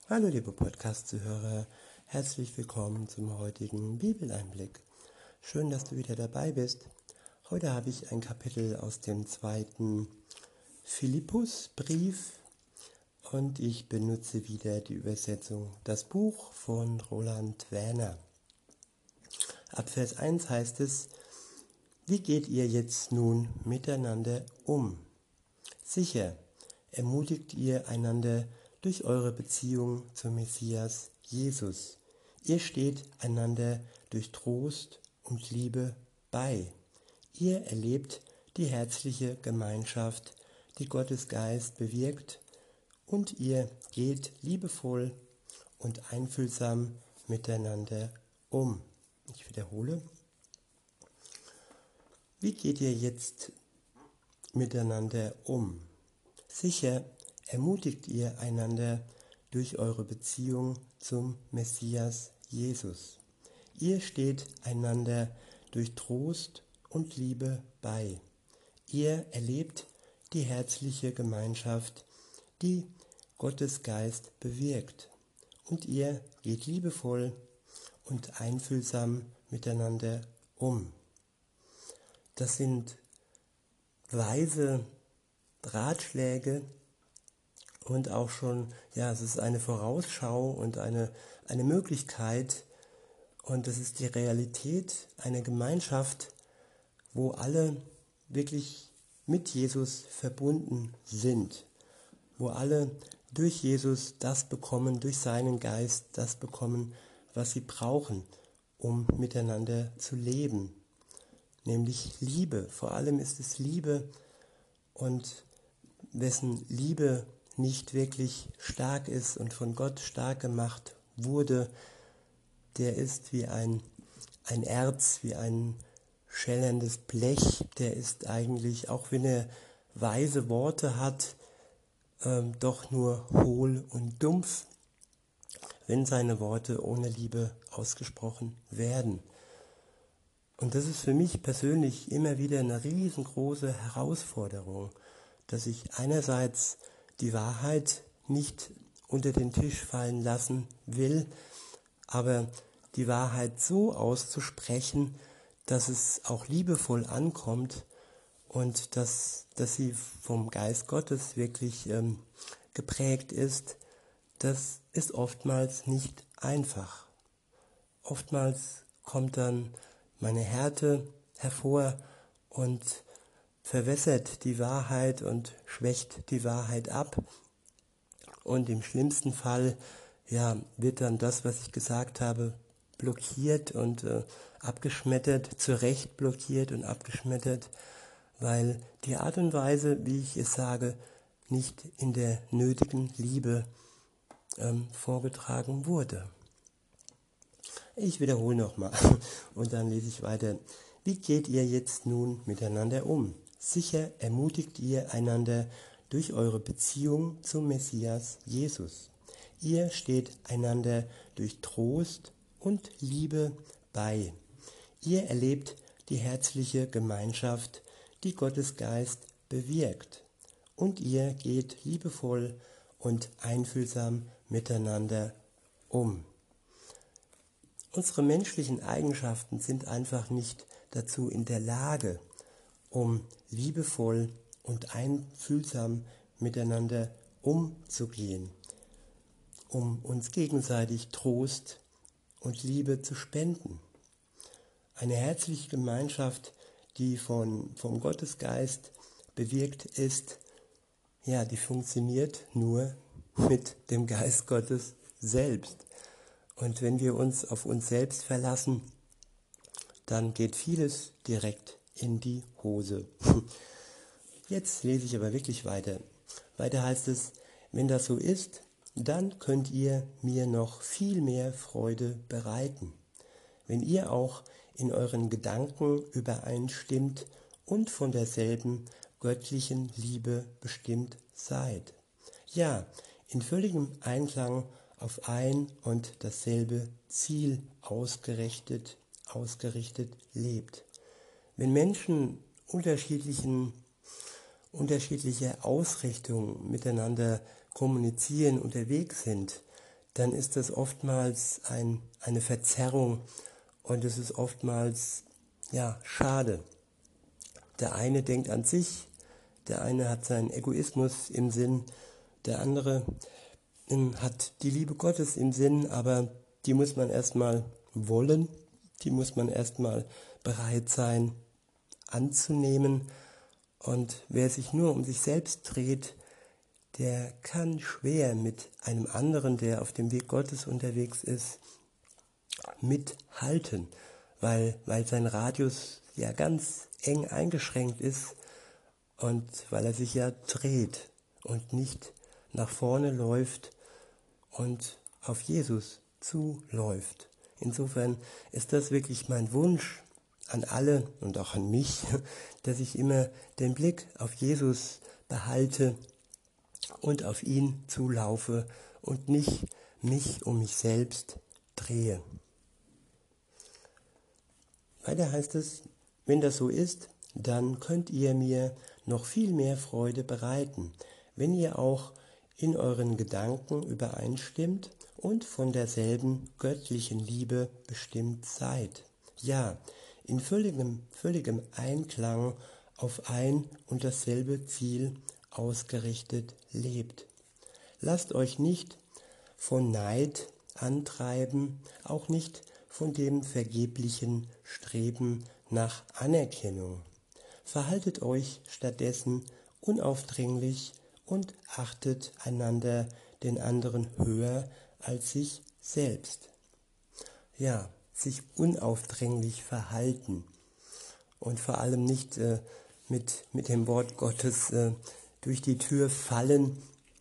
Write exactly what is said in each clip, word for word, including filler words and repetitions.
Hallo liebe Podcast-Zuhörer, herzlich willkommen zum heutigen Bibeleinblick. Schön, dass du wieder dabei bist. Heute habe ich ein Kapitel aus dem zweiten Philippusbrief und ich benutze wieder die Übersetzung Das Buch von Roland Werner. Ab Vers eins heißt es: Wie geht ihr jetzt nun miteinander um? Sicher, ermutigt ihr einander durch eure Beziehung zum Messias Jesus. Ihr steht einander durch Trost und Liebe bei. Ihr erlebt die herzliche Gemeinschaft, die Gottes Geist bewirkt, und ihr geht liebevoll und einfühlsam miteinander um. Ich wiederhole. Wie geht ihr jetzt miteinander um? Sicher ermutigt ihr einander durch eure Beziehung zum Messias Jesus. Ihr steht einander durch Trost und Liebe bei. Ihr erlebt die herzliche Gemeinschaft, die Gottes Geist bewirkt, und ihr geht liebevoll und einfühlsam miteinander um. Das sind weise Ratschläge und auch schon, ja, es ist eine Vorausschau und eine, eine Möglichkeit, und das ist die Realität einer Gemeinschaft, wo alle wirklich mit Jesus verbunden sind, wo alle durch Jesus das bekommen, durch seinen Geist das bekommen, was sie brauchen, um miteinander zu leben, nämlich Liebe. Vor allem ist es Liebe, und wessen Liebe nicht wirklich stark ist und von Gott stark gemacht wurde, der ist wie ein, ein Erz, wie ein schellerndes Blech. Der ist eigentlich, auch wenn er weise Worte hat, ähm, doch nur hohl und dumpf, wenn seine Worte ohne Liebe ausgesprochen werden. Und das ist für mich persönlich immer wieder eine riesengroße Herausforderung, dass ich einerseits die Wahrheit nicht unter den Tisch fallen lassen will, aber die Wahrheit so auszusprechen, dass es auch liebevoll ankommt und dass, dass sie vom Geist Gottes wirklich ähm, geprägt ist, das ist oftmals nicht einfach. Oftmals kommt dann meine Härte hervor und verwässert die Wahrheit und schwächt die Wahrheit ab. Und im schlimmsten Fall, ja, wird dann das, was ich gesagt habe, blockiert und äh, abgeschmettert, zu Recht blockiert und abgeschmettert, weil die Art und Weise, wie ich es sage, nicht in der nötigen Liebe ähm, vorgetragen wurde. Ich wiederhole nochmal und dann lese ich weiter. Wie geht ihr jetzt nun miteinander um? Sicher ermutigt ihr einander durch eure Beziehung zum Messias Jesus. Ihr steht einander durch Trost und Liebe bei. Ihr erlebt die herzliche Gemeinschaft, die Gottes Geist bewirkt, und ihr geht liebevoll und einfühlsam miteinander um. Unsere menschlichen Eigenschaften sind einfach nicht dazu in der Lage, um liebevoll und einfühlsam miteinander umzugehen, um uns gegenseitig Trost und Liebe zu spenden. Eine herzliche Gemeinschaft, die von, vom Gottesgeist bewirkt ist, ja, die funktioniert nur mit dem Geist Gottes selbst. Und wenn wir uns auf uns selbst verlassen, dann geht vieles direkt in die Hose. Jetzt lese ich aber wirklich weiter. Weiter heißt es: Wenn das so ist, dann könnt ihr mir noch viel mehr Freude bereiten, wenn ihr auch in euren Gedanken übereinstimmt und von derselben göttlichen Liebe bestimmt seid. Ja, in völligem Einklang auf ein und dasselbe Ziel ausgerichtet, ausgerichtet lebt. Wenn Menschen unterschiedlichen, unterschiedliche Ausrichtungen miteinander kommunizieren, unterwegs sind, dann ist das oftmals ein, eine Verzerrung und es ist oftmals ja schade. Der eine denkt an sich, der eine hat seinen Egoismus im Sinn, der andere ähm, hat die Liebe Gottes im Sinn, aber die muss man erstmal wollen, die muss man erstmal bereit sein anzunehmen. Und wer sich nur um sich selbst dreht, der kann schwer mit einem anderen, der auf dem Weg Gottes unterwegs ist, mithalten, weil, weil sein Radius ja ganz eng eingeschränkt ist und weil er sich ja dreht und nicht nach vorne läuft und auf Jesus zuläuft. Insofern ist das wirklich mein Wunsch an alle und auch an mich, dass ich immer den Blick auf Jesus behalte und auf ihn zulaufe und nicht mich um mich selbst drehe. Weiter heißt es, wenn das so ist, dann könnt ihr mir noch viel mehr Freude bereiten, wenn ihr auch in euren Gedanken übereinstimmt und von derselben göttlichen Liebe bestimmt seid. Ja, in völligem, völligem Einklang auf ein und dasselbe Ziel ausgerichtet lebt. Lasst euch nicht von Neid antreiben, auch nicht von dem vergeblichen Streben nach Anerkennung. Verhaltet euch stattdessen unaufdringlich und achtet einander den anderen höher als sich selbst. Ja, sich unaufdringlich verhalten und vor allem nicht äh, mit, mit dem Wort Gottes äh, durch die Tür fallen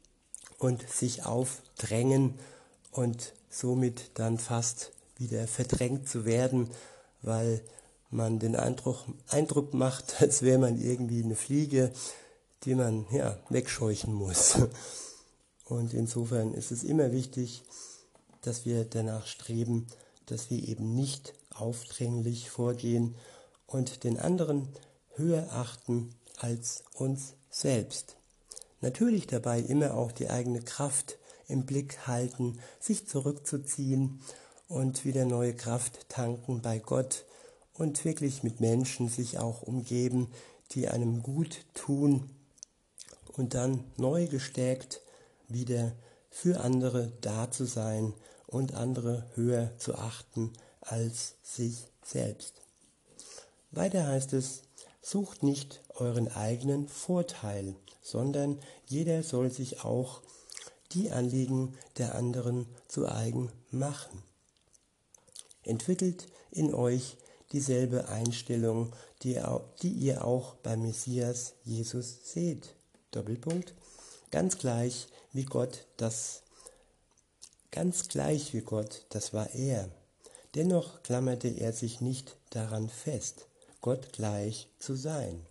und sich aufdrängen und somit dann fast wieder verdrängt zu werden, weil man den Eindruck, Eindruck macht, als wäre man irgendwie eine Fliege, die man ja wegscheuchen muss. Und insofern ist es immer wichtig, dass wir danach streben, dass wir eben nicht aufdringlich vorgehen und den anderen höher achten als uns selbst. Natürlich dabei immer auch die eigene Kraft im Blick halten, sich zurückzuziehen und wieder neue Kraft tanken bei Gott und wirklich mit Menschen sich auch umgeben, die einem gut tun und dann neu gestärkt wieder für andere da zu sein und andere höher zu achten als sich selbst. Weiter heißt es, sucht nicht euren eigenen Vorteil, sondern jeder soll sich auch die Anliegen der anderen zu eigen machen. Entwickelt in euch dieselbe Einstellung, die, die ihr auch beim Messias Jesus seht. Doppelpunkt. Ganz gleich wie Gott das, ganz gleich wie Gott, das war er. Dennoch klammerte er sich nicht daran fest, Gott gleich zu sein.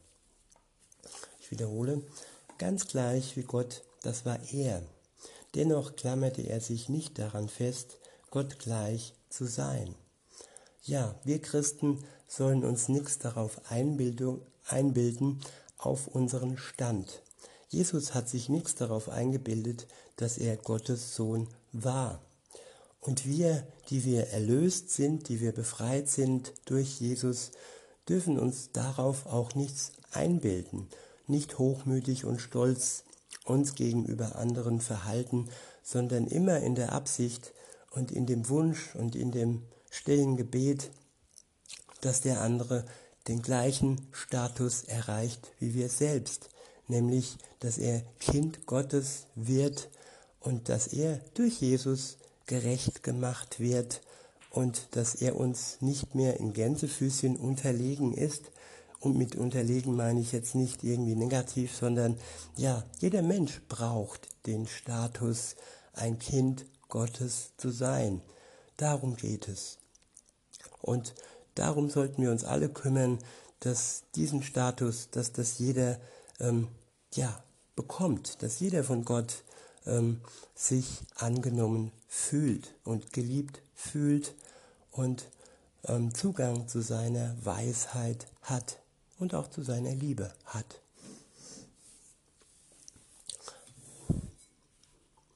Ich wiederhole, ganz gleich wie Gott, das war er. Dennoch klammerte er sich nicht daran fest, Gott gleich zu sein. Ja, wir Christen sollen uns nichts darauf einbilden, einbilden auf unseren Stand. Jesus hat sich nichts darauf eingebildet, dass er Gottes Sohn war. Und wir, die wir erlöst sind, die wir befreit sind durch Jesus, dürfen uns darauf auch nichts einbilden, nicht hochmütig und stolz uns gegenüber anderen verhalten, sondern immer in der Absicht und in dem Wunsch und in dem stillen Gebet, dass der andere den gleichen Status erreicht wie wir selbst, nämlich, dass er Kind Gottes wird und dass er durch Jesus gerecht gemacht wird und dass er uns nicht mehr in Gänsefüßchen unterlegen ist. Und mit unterlegen meine ich jetzt nicht irgendwie negativ, sondern ja, jeder Mensch braucht den Status, ein Kind Gottes zu sein. Darum geht es. Und darum sollten wir uns alle kümmern, dass diesen Status, dass das jeder ähm, ja, bekommt, dass jeder von Gott ähm, sich angenommen fühlt und geliebt fühlt und ähm, Zugang zu seiner Weisheit hat und auch zu seiner Liebe hat.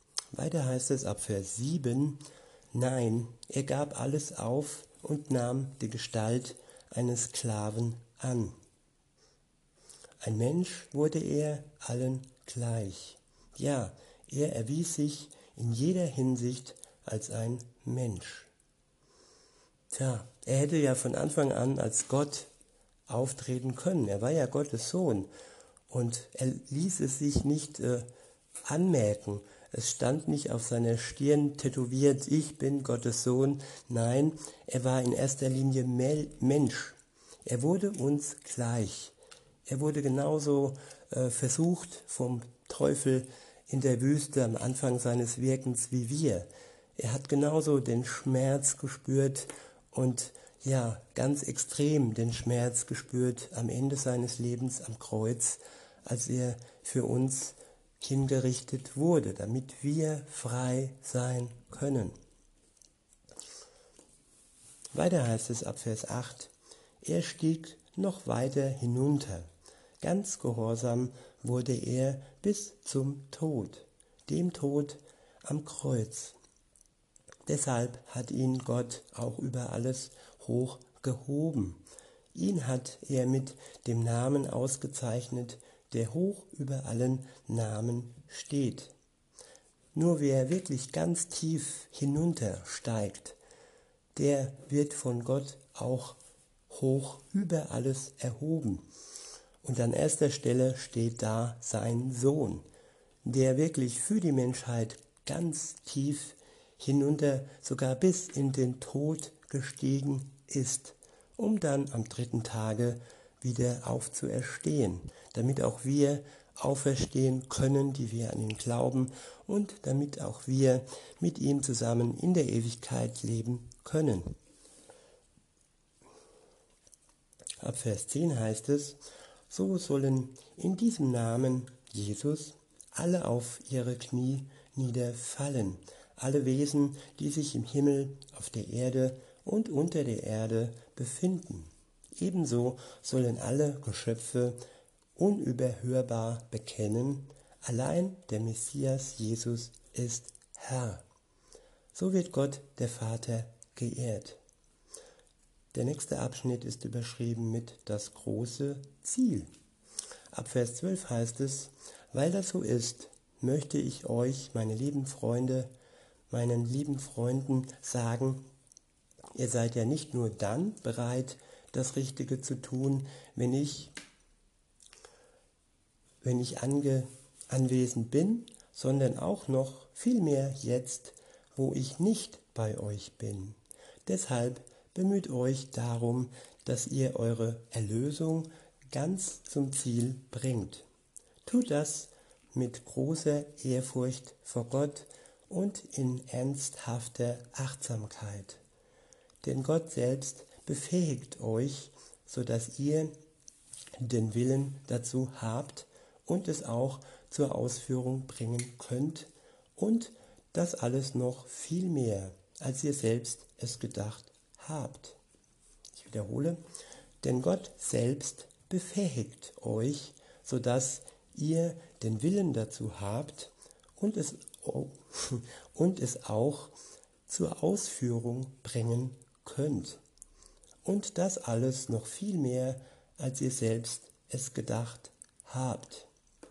Weiter heißt es ab Vers sieben, nein, er gab alles auf und nahm die Gestalt eines Sklaven an. Ein Mensch wurde er allen gleich. Ja, er erwies sich in jeder Hinsicht als ein Mensch. Tja, er hätte ja von Anfang an als Gott auftreten können. Er war ja Gottes Sohn und er ließ es sich nicht äh, anmerken. Es stand nicht auf seiner Stirn tätowiert, ich bin Gottes Sohn. Nein, er war in erster Linie Mensch. Er wurde uns gleich. Er wurde genauso äh, versucht vom Teufel in der Wüste am Anfang seines Wirkens wie wir. Er hat genauso den Schmerz gespürt und ja, ganz extrem den Schmerz gespürt am Ende seines Lebens am Kreuz, als er für uns hingerichtet wurde, damit wir frei sein können. Weiter heißt es ab Vers acht, er stieg noch weiter hinunter. Ganz gehorsam wurde er bis zum Tod, dem Tod am Kreuz. Deshalb hat ihn Gott auch über alles hoch gehoben. Ihn hat er mit dem Namen ausgezeichnet, der hoch über allen Namen steht. Nur wer wirklich ganz tief hinuntersteigt, der wird von Gott auch hoch über alles erhoben. Und an erster Stelle steht da sein Sohn, der wirklich für die Menschheit ganz tief hinunter, sogar bis in den Tod gestiegen ist, um dann am dritten Tage wieder aufzuerstehen, damit auch wir auferstehen können, die wir an ihn glauben, und damit auch wir mit ihm zusammen in der Ewigkeit leben können. Ab Vers zehn heißt es, so sollen in diesem Namen Jesus alle auf ihre Knie niederfallen, alle Wesen, die sich im Himmel, auf der Erde und unter der Erde befinden. Ebenso sollen alle Geschöpfe unüberhörbar bekennen, allein der Messias Jesus ist Herr. So wird Gott, der Vater, geehrt. Der nächste Abschnitt ist überschrieben mit das große Ziel. Ab Vers zwölf heißt es, weil das so ist, möchte ich euch, meine lieben Freunde, meinen lieben Freunden sagen, ihr seid ja nicht nur dann bereit, das Richtige zu tun, wenn ich, wenn ich ange, anwesend bin, sondern auch noch viel mehr jetzt, wo ich nicht bei euch bin. Deshalb bemüht euch darum, dass ihr eure Erlösung ganz zum Ziel bringt. Tut das mit großer Ehrfurcht vor Gott und in ernsthafter Achtsamkeit. Denn Gott selbst befähigt euch, sodass ihr den Willen dazu habt und es auch zur Ausführung bringen könnt und das alles noch viel mehr, als ihr selbst es gedacht habt. Ich wiederhole, denn Gott selbst befähigt euch, sodass ihr den Willen dazu habt und es, und es auch zur Ausführung bringen könnt. Und das alles noch viel mehr, als ihr selbst es gedacht habt.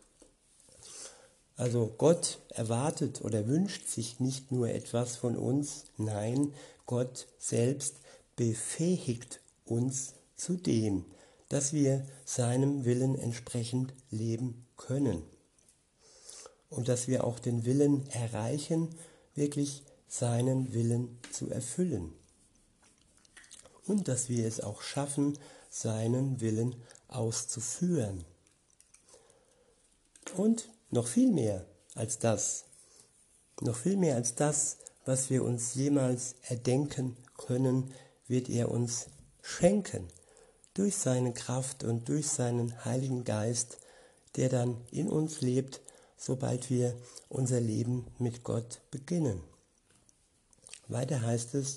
Also Gott erwartet oder wünscht sich nicht nur etwas von uns, nein, Gott selbst befähigt uns zu dem, dass wir seinem Willen entsprechend leben können. Und dass wir auch den Willen erreichen, wirklich seinen Willen zu erfüllen. Und dass wir es auch schaffen, seinen Willen auszuführen. Und noch viel mehr als das, noch viel mehr als das, was wir uns jemals erdenken können, wird er uns schenken, durch seine Kraft und durch seinen Heiligen Geist, der dann in uns lebt, sobald wir unser Leben mit Gott beginnen. Weiter heißt es,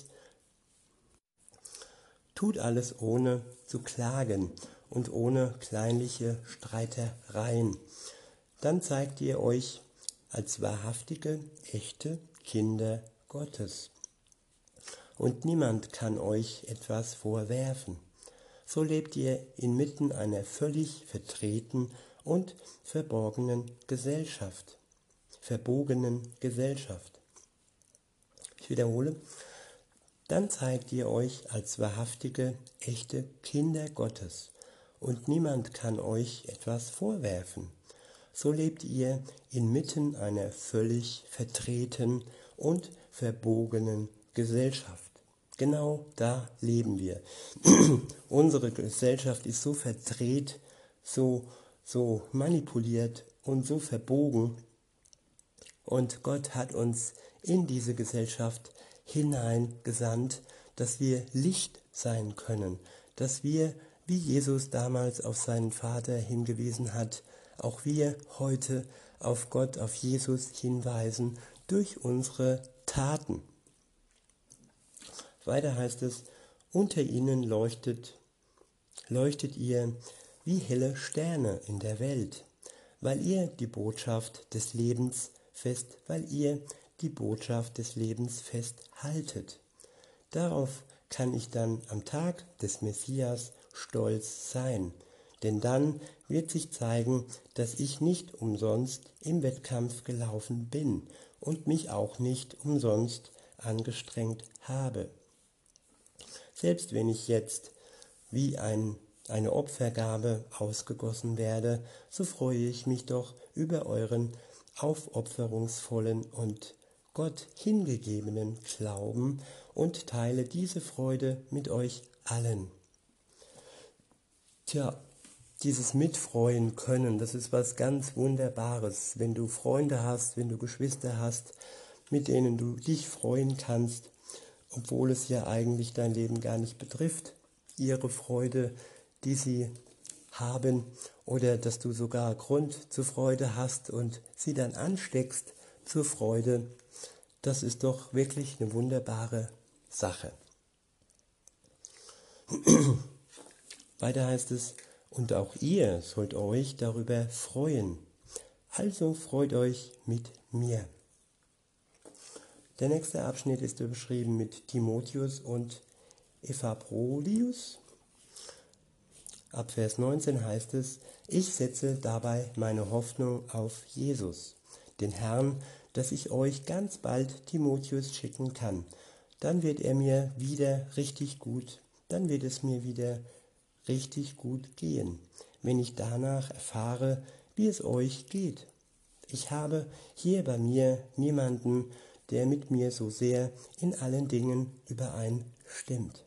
tut alles ohne zu klagen und ohne kleinliche Streitereien. Dann zeigt ihr euch als wahrhaftige, echte Kinder Gottes. Und niemand kann euch etwas vorwerfen. So lebt ihr inmitten einer völlig verdrehten und verborgenen Gesellschaft. Verbogenen Gesellschaft. Ich wiederhole, dann zeigt ihr euch als wahrhaftige, echte Kinder Gottes und niemand kann euch etwas vorwerfen. So lebt ihr inmitten einer völlig verdrehten und verbogenen Gesellschaft. Genau da leben wir. Unsere Gesellschaft ist so verdreht, so, so manipuliert und so verbogen. Und Gott hat uns in diese Gesellschaft hineingesandt, dass wir Licht sein können, dass wir, wie Jesus damals auf seinen Vater hingewiesen hat, auch wir heute auf Gott, auf Jesus hinweisen durch unsere Taten. Weiter heißt es, unter ihnen leuchtet, leuchtet ihr wie helle Sterne in der Welt, weil ihr die Botschaft des Lebens fest, weil ihr die Botschaft des Lebens festhaltet. Darauf kann ich dann am Tag des Messias stolz sein, denn dann wird sich zeigen, dass ich nicht umsonst im Wettkampf gelaufen bin und mich auch nicht umsonst angestrengt habe. Selbst wenn ich jetzt wie ein, eine Opfergabe ausgegossen werde, so freue ich mich doch über euren aufopferungsvollen und Gott hingegebenen Glauben und teile diese Freude mit euch allen. Tja, dieses Mitfreuen können, das ist was ganz Wunderbares, wenn du Freunde hast, wenn du Geschwister hast, mit denen du dich freuen kannst, obwohl es ja eigentlich dein Leben gar nicht betrifft, ihre Freude, die sie haben, oder dass du sogar Grund zur Freude hast und sie dann ansteckst zur Freude, das ist doch wirklich eine wunderbare Sache. Weiter heißt es, und auch ihr sollt euch darüber freuen. Also freut euch mit mir. Der nächste Abschnitt ist beschrieben mit Timotheus und Epaphroditus. Ab Vers neunzehn heißt es, ich setze dabei meine Hoffnung auf Jesus, den Herrn, dass ich euch ganz bald Timotheus schicken kann. Dann wird er mir wieder richtig gut, dann wird es mir wieder richtig gut gehen, wenn ich danach erfahre, wie es euch geht. Ich habe hier bei mir niemanden, der mit mir so sehr in allen Dingen übereinstimmt.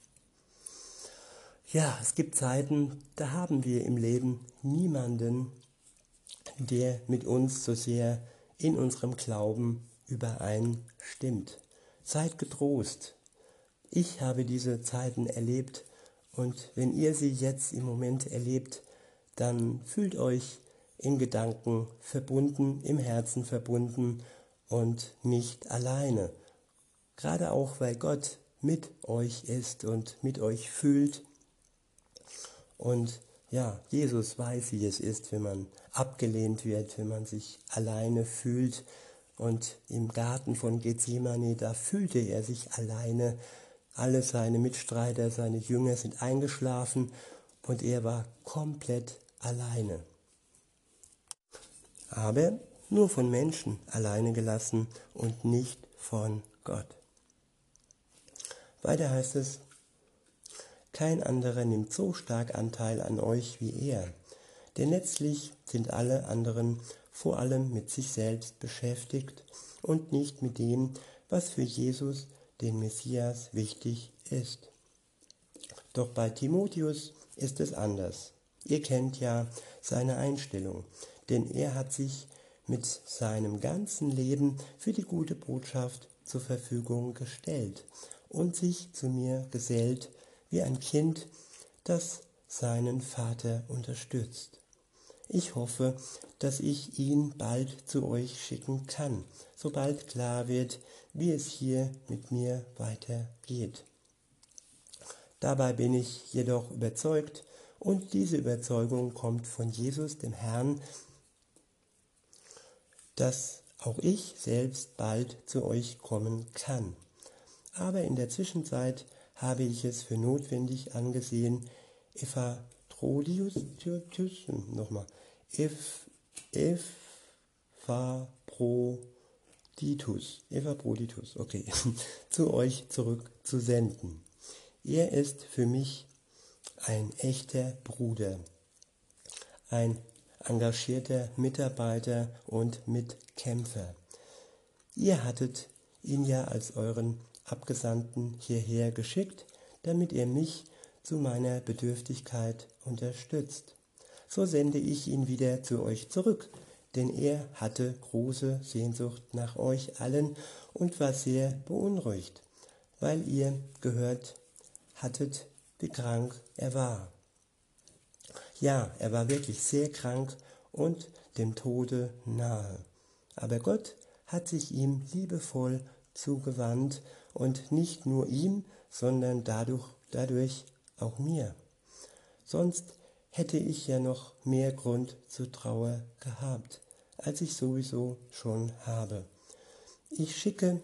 Ja, es gibt Zeiten, da haben wir im Leben niemanden, der mit uns so sehr in unserem Glauben übereinstimmt. Seid getrost. Ich habe diese Zeiten erlebt und wenn ihr sie jetzt im Moment erlebt, dann fühlt euch in Gedanken verbunden, im Herzen verbunden und nicht alleine. Gerade auch, weil Gott mit euch ist und mit euch fühlt. Und ja, Jesus weiß, wie es ist, wenn man abgelehnt wird, wenn man sich alleine fühlt. Und im Garten von Gethsemane, da fühlte er sich alleine. Alle seine Mitstreiter, seine Jünger sind eingeschlafen und er war komplett alleine. Aber nur von Menschen alleine gelassen und nicht von Gott. Weiter heißt es, kein anderer nimmt so stark Anteil an euch wie er, denn letztlich sind alle anderen vor allem mit sich selbst beschäftigt und nicht mit dem, was für Jesus, den Messias, wichtig ist. Doch bei Timotheus ist es anders. Ihr kennt ja seine Einstellung, denn er hat sich mit seinem ganzen Leben für die gute Botschaft zur Verfügung gestellt und sich zu mir gesellt wie ein Kind, das seinen Vater unterstützt. Ich hoffe, dass ich ihn bald zu euch schicken kann, sobald klar wird, wie es hier mit mir weitergeht. Dabei bin ich jedoch überzeugt, und diese Überzeugung kommt von Jesus, dem Herrn, dass auch ich selbst bald zu euch kommen kann. Aber in der Zwischenzeit habe ich es für notwendig angesehen, Epaphroditus, nochmal, Epaphroditus, Epaphroditus, okay, zu euch zurückzusenden. Er ist für mich ein echter Bruder, ein engagierter Mitarbeiter und Mitkämpfer. Ihr hattet ihn ja als euren Abgesandten hierher geschickt, damit er mich zu meiner Bedürftigkeit unterstützt. So sende ich ihn wieder zu euch zurück, denn er hatte große Sehnsucht nach euch allen und war sehr beunruhigt, weil ihr gehört hattet, wie krank er war. Ja, er war wirklich sehr krank und dem Tode nahe. Aber Gott hat sich ihm liebevoll zugewandt und nicht nur ihm, sondern dadurch, dadurch auch mir. Sonst hätte ich ja noch mehr Grund zur Trauer gehabt, als ich sowieso schon habe. Ich schicke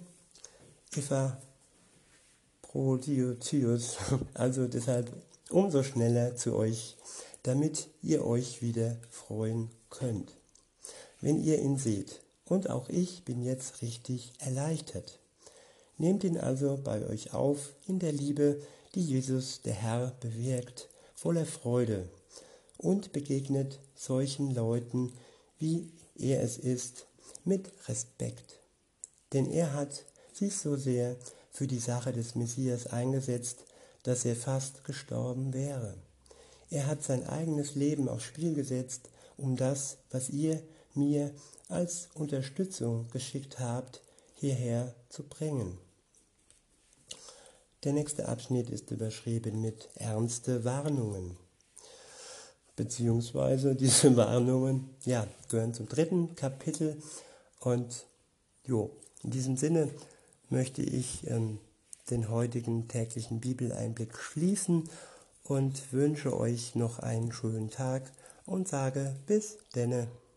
Epaphroditus also deshalb umso schneller zu euch, damit ihr euch wieder freuen könnt, wenn ihr ihn seht. Und auch ich bin jetzt richtig erleichtert. Nehmt ihn also bei euch auf in der Liebe, die Jesus, der Herr, bewirkt, voller Freude, und begegnet solchen Leuten, wie er es ist, mit Respekt. Denn er hat sich so sehr für die Sache des Messias eingesetzt, dass er fast gestorben wäre. Er hat sein eigenes Leben aufs Spiel gesetzt, um das, was ihr mir als Unterstützung geschickt habt, hierher zu bringen. Der nächste Abschnitt ist überschrieben mit ernste Warnungen. Beziehungsweise diese Warnungen, ja, gehören zum dritten Kapitel. Und jo, in diesem Sinne möchte ich ähm, den heutigen täglichen Bibeleinblick schließen und wünsche euch noch einen schönen Tag und sage bis denne.